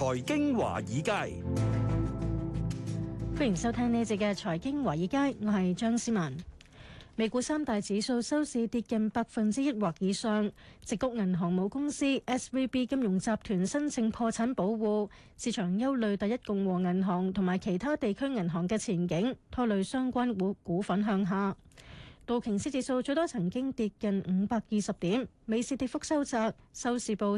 財經華爾街， 歡迎收聽呢一節嘅財經華爾街，我係張思文。美股三大指數收市跌近1%或以上，矽谷銀行母公司 SVB 金融集團申請破產保護，市場憂慮第一共和銀行同埋其他地區銀行嘅前景，拖累相關股份向下。道瓊斯指數最多曾經跌近520點，美市跌幅收窄，收市報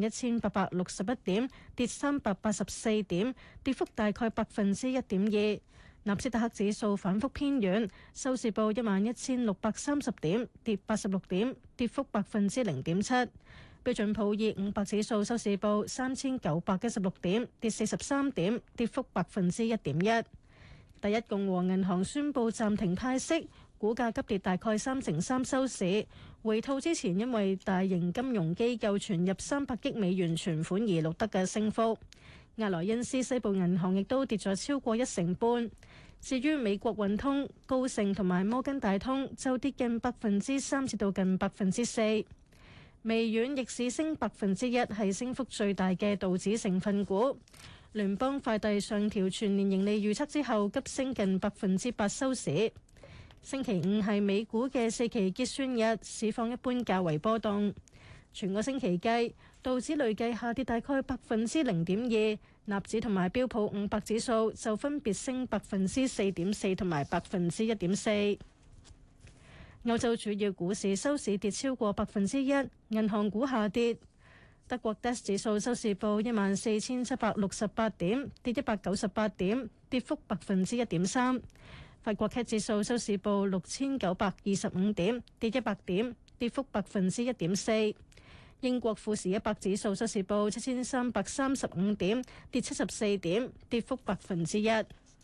31,861點，跌384點，跌幅大概1.2%。納斯達克指數反覆偏軟，收市報11,630點，跌86點，跌幅0.7%。標準普爾500指數收市報3,916點，跌43點，跌幅1.1%。第一共和銀行宣布暫停派息，股價急跌大概3.3%收市。回吐之前因為大型金融機構存入300億美元存款而錄得嘅升幅。亞萊恩斯西部銀行亦都跌咗超過1.5%。至於美國運通、高盛同埋摩根大通就跌近3%至到近4%。微軟逆市升1%，係升幅最大嘅道指成分股。聯邦快遞上調全年盈利預測之後，急升近8%收市。星期五係美股嘅4期結算日，市況一般較為波動。全個星期計，道指累計下跌大概0.2%，納指同埋標普500指數就分別升4.4%同埋1.4%。歐洲主要股市收市跌超過1%，銀行股下跌。德國 DAX 指數收市報14,768點，跌198點，跌幅1.3%。法國 CAC 指數收市報6,925點，跌100點，跌幅1.4%。英國富時100指數收市報7,335點，跌74點，跌幅1%。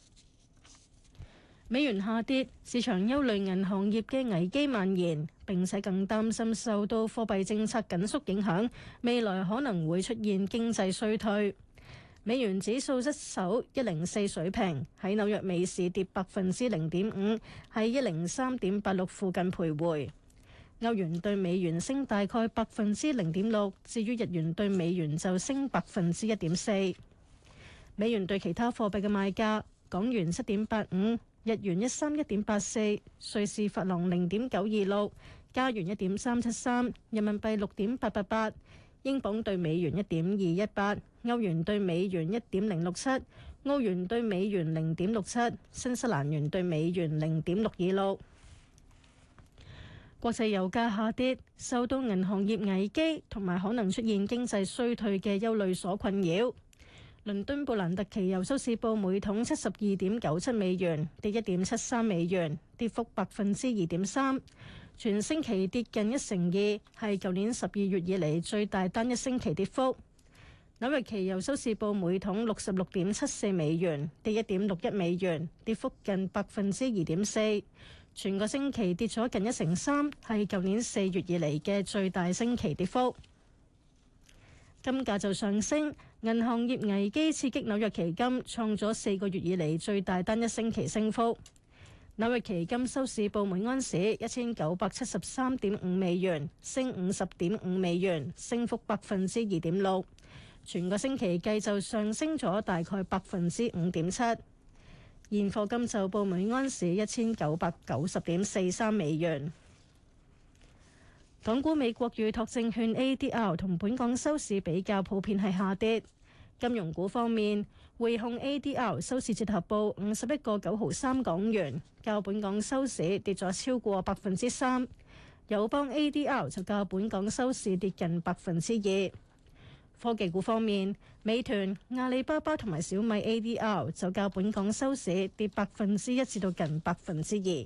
美元下跌，市場憂慮銀行業嘅危機蔓延，並且更擔心受到貨幣政策緊縮影響，未來可能會出現經濟衰退。美元指數失守104水平，喺紐約美市跌0.5%，喺103.86附近徘徊。歐元對美元升大概0.6%，至於日元對美元就升1.4%。美元對其他貨幣嘅賣價：港元7.85，日元131.84，瑞士法郎0.926，加元1.373，人民幣6.888，英鎊對美元1.218，歐元對美元1.067，澳元對美元0.67，新西蘭元對美元0.626。國際油價下跌，受到銀行業危機同埋可能出現經濟衰退嘅憂慮所困擾。倫敦布蘭特期油收市報每桶72.97美元，跌1.73美元，跌幅2.3%。全星期跌近1.2%，係舊年12月以嚟最大單一星期跌幅。紐約期油收市報每桶66.74美元，跌1.61美元，跌幅近2.4%。全個星期跌咗近1.3%，係舊年4月以嚟嘅最大星期跌幅。金價就上升，銀行業危機刺激紐約期金創咗4個月以嚟最大單一星期升幅。紐約期金收市報每安士1973.5美元，升50.5美元，升幅2.6%。全個星期計就上升咗大概5.7%。現貨金就報每安士1990.43美元。港股美國預託證券 ADR 同本港收市比較普遍係下跌。金融股方面，匯控 ADR 收市折合報51個9毫3港元，較本港收市跌咗超過3%。友邦 ADR 就較本港收市跌近2%。科技股方面，美團、阿里巴巴同埋小米 ADR 就較本港收市跌1%至到近2%。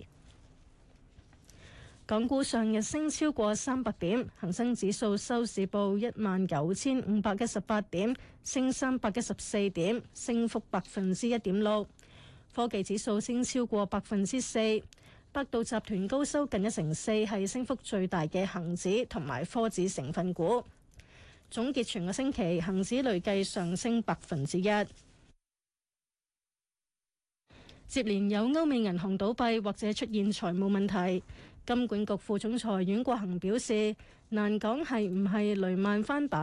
港股上日升超過300點，恒生指數收市報19,518點，升314點，升幅1.6%。科技指數升超過4%，百度集團高收近1.4%，係升幅最大嘅恒指同埋科指成分股。總結全個星期，恒指累計上升1%。接連有歐美銀行倒閉或者出現財務問題，金管局副總裁阮國恒表示，難講係唔係雷曼翻版，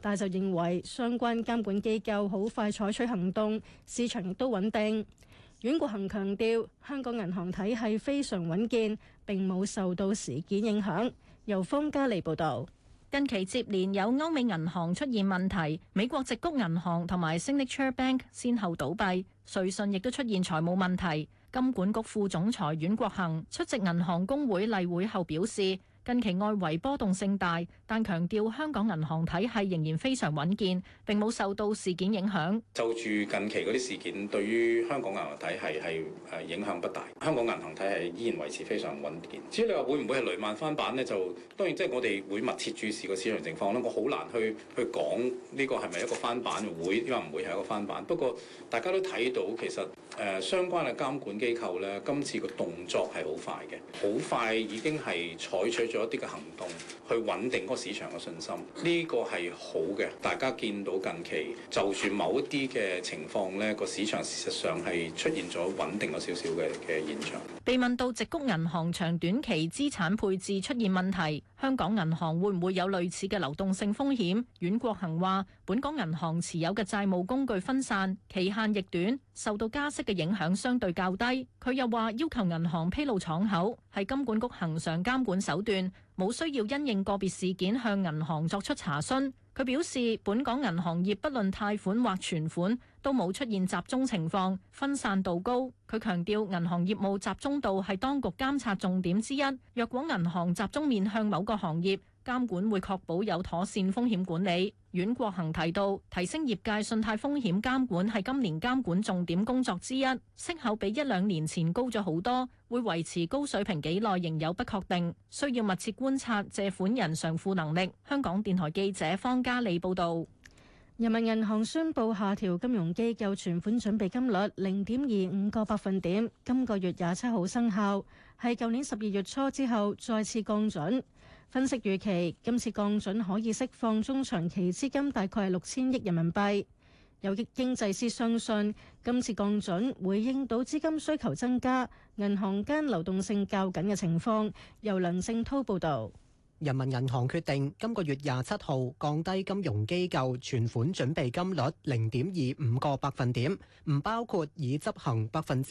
但就認為相關監管機構好快採取行動，市場亦都穩定。阮國恒強調，香港銀行體系非常穩健，並冇受到事件影響。由方嘉利報導。 近期接連有歐美銀行出現問題，美國矽谷銀行同埋 Signature Bank 先後倒閉，瑞信亦都出現財務問題。金管局副總裁阮國恒出席銀行公會例會後表示，近期外圍波動性大，但強調香港銀行體系仍然非常穩健，並冇受到事件影響。 就住近期嗰啲事件，對於香港銀行體系係影響不大。香港銀行體系依然維持非常穩健。至於你話會唔會係雷曼翻版呢？就當然即係我哋會密切注視個市場情況啦。我好難去講呢個係咪一個翻版，會因為唔會係一個翻版。不過大家都睇到其實相關嘅監管機構咧，今次個動作係好快嘅，好快已經係採取咗一啲嘅行動去穩定嗰個市場嘅信心，呢個係好嘅。大家見到近期就住某一啲嘅情況呢個市場事實上係出現咗穩定咗少少嘅現象。 被問到矽谷銀行長短期資產配置出現問題，香港銀行會唔會有類似嘅流動性風險？阮國恒話：本港銀行持有嘅債務工具分散，期限亦短，受到加息嘅影響相對較低。佢又話要求銀行披露敞口係金管局恆常監管手段，冇需要因應個別事件向銀行作出查詢。佢表示，本港銀行業不論貸款或存款都冇出現集中情況，分散度高。佢強調銀行業務集中度係當局監察重點之一。若果銀行集中面向某個行業，監管會確保有妥善風險管理。阮國恒提到，提升業界信貸風險監管係今年監管重點工作之一。息口比1-2年前高咗好多，會維持高水平幾耐仍有不確定，需要密切觀察借款人償付能力。香港電台記者方嘉利報導。 人民銀行宣布下調金融機構存款準備金率0.25個百分點，今個月27號生效，係舊年12月初之後再次降準。分析預期今次降準可以釋放中長期資金大概係6000億人民幣。有經濟師相信今次降準會應到資金需求增加、銀行間流動性較緊嘅情況。由梁正滔報導。 人民銀行決定今個月27號降低金融機構存款準備金率0.25個百分點，唔包括已執行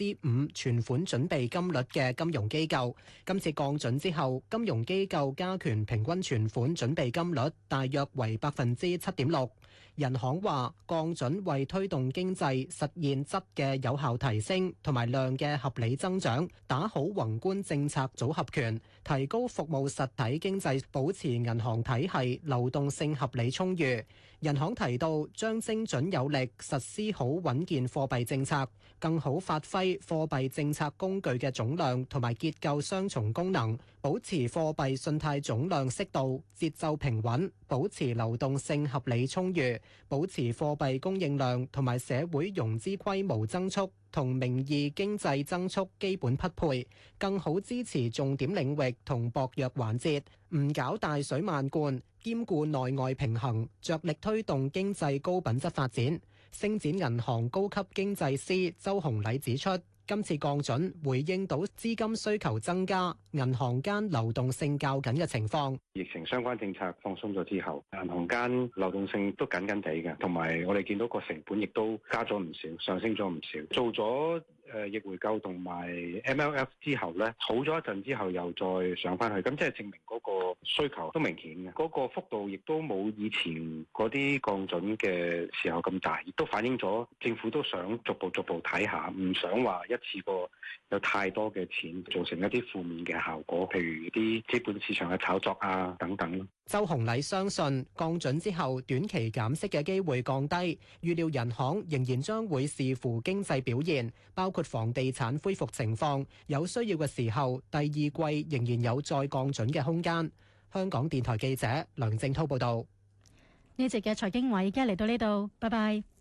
5%存款準備金率嘅金融機構。今次降準之後，金融機構加權平均存款準備金率大約為7.6%。人行話降準為推動經濟實現質嘅有效提升同埋量嘅合理增長，打好宏觀政策組合拳，提高服務實體經濟，保持銀行體系流動性合理充裕。人行提到，將精準有力實施好穩健貨幣政策，更好發揮貨幣政策工具嘅總量同埋結構雙重功能，保持貨幣信貸總量適度、節奏平穩，保持流動性合理充裕，保持貨幣供應量同埋社會融資規模增速同名義經濟增速基本匹配，更好支持重點領域同薄弱環節，唔搞大水漫灌，兼顧內外平衡，着力推動經濟高品質發展。星展銀行高級經濟師周洪禮指出，今次降準回應到資金需求增加、銀行間流動性較緊嘅情況。 疫情相關政策放鬆咗之後，銀行間流動性都緊緊地嘅，同埋我哋見到個成本亦都加咗唔少，上升咗唔少。做咗逆回購同埋 MLF 之後咧，好咗一陣之後又再上翻去，咁即係證明嗰個需求都明顯嘅，嗰個幅度亦都冇以前嗰啲降準嘅時候咁大，亦都反映咗政府都想逐步睇下，唔想話一次過有太多嘅錢造成一啲負面嘅效果，譬如啲資本市場嘅炒作啊等等。 周洪禮相信降準之後短期減息嘅機會降低，預料人行仍然將會視乎經濟表現，包括房地產恢復情況，有需要嘅時候第二季仍然有再降準嘅空間。香港電台記者梁正滔報導。 呢節嘅財經話而家嚟到呢度，拜拜。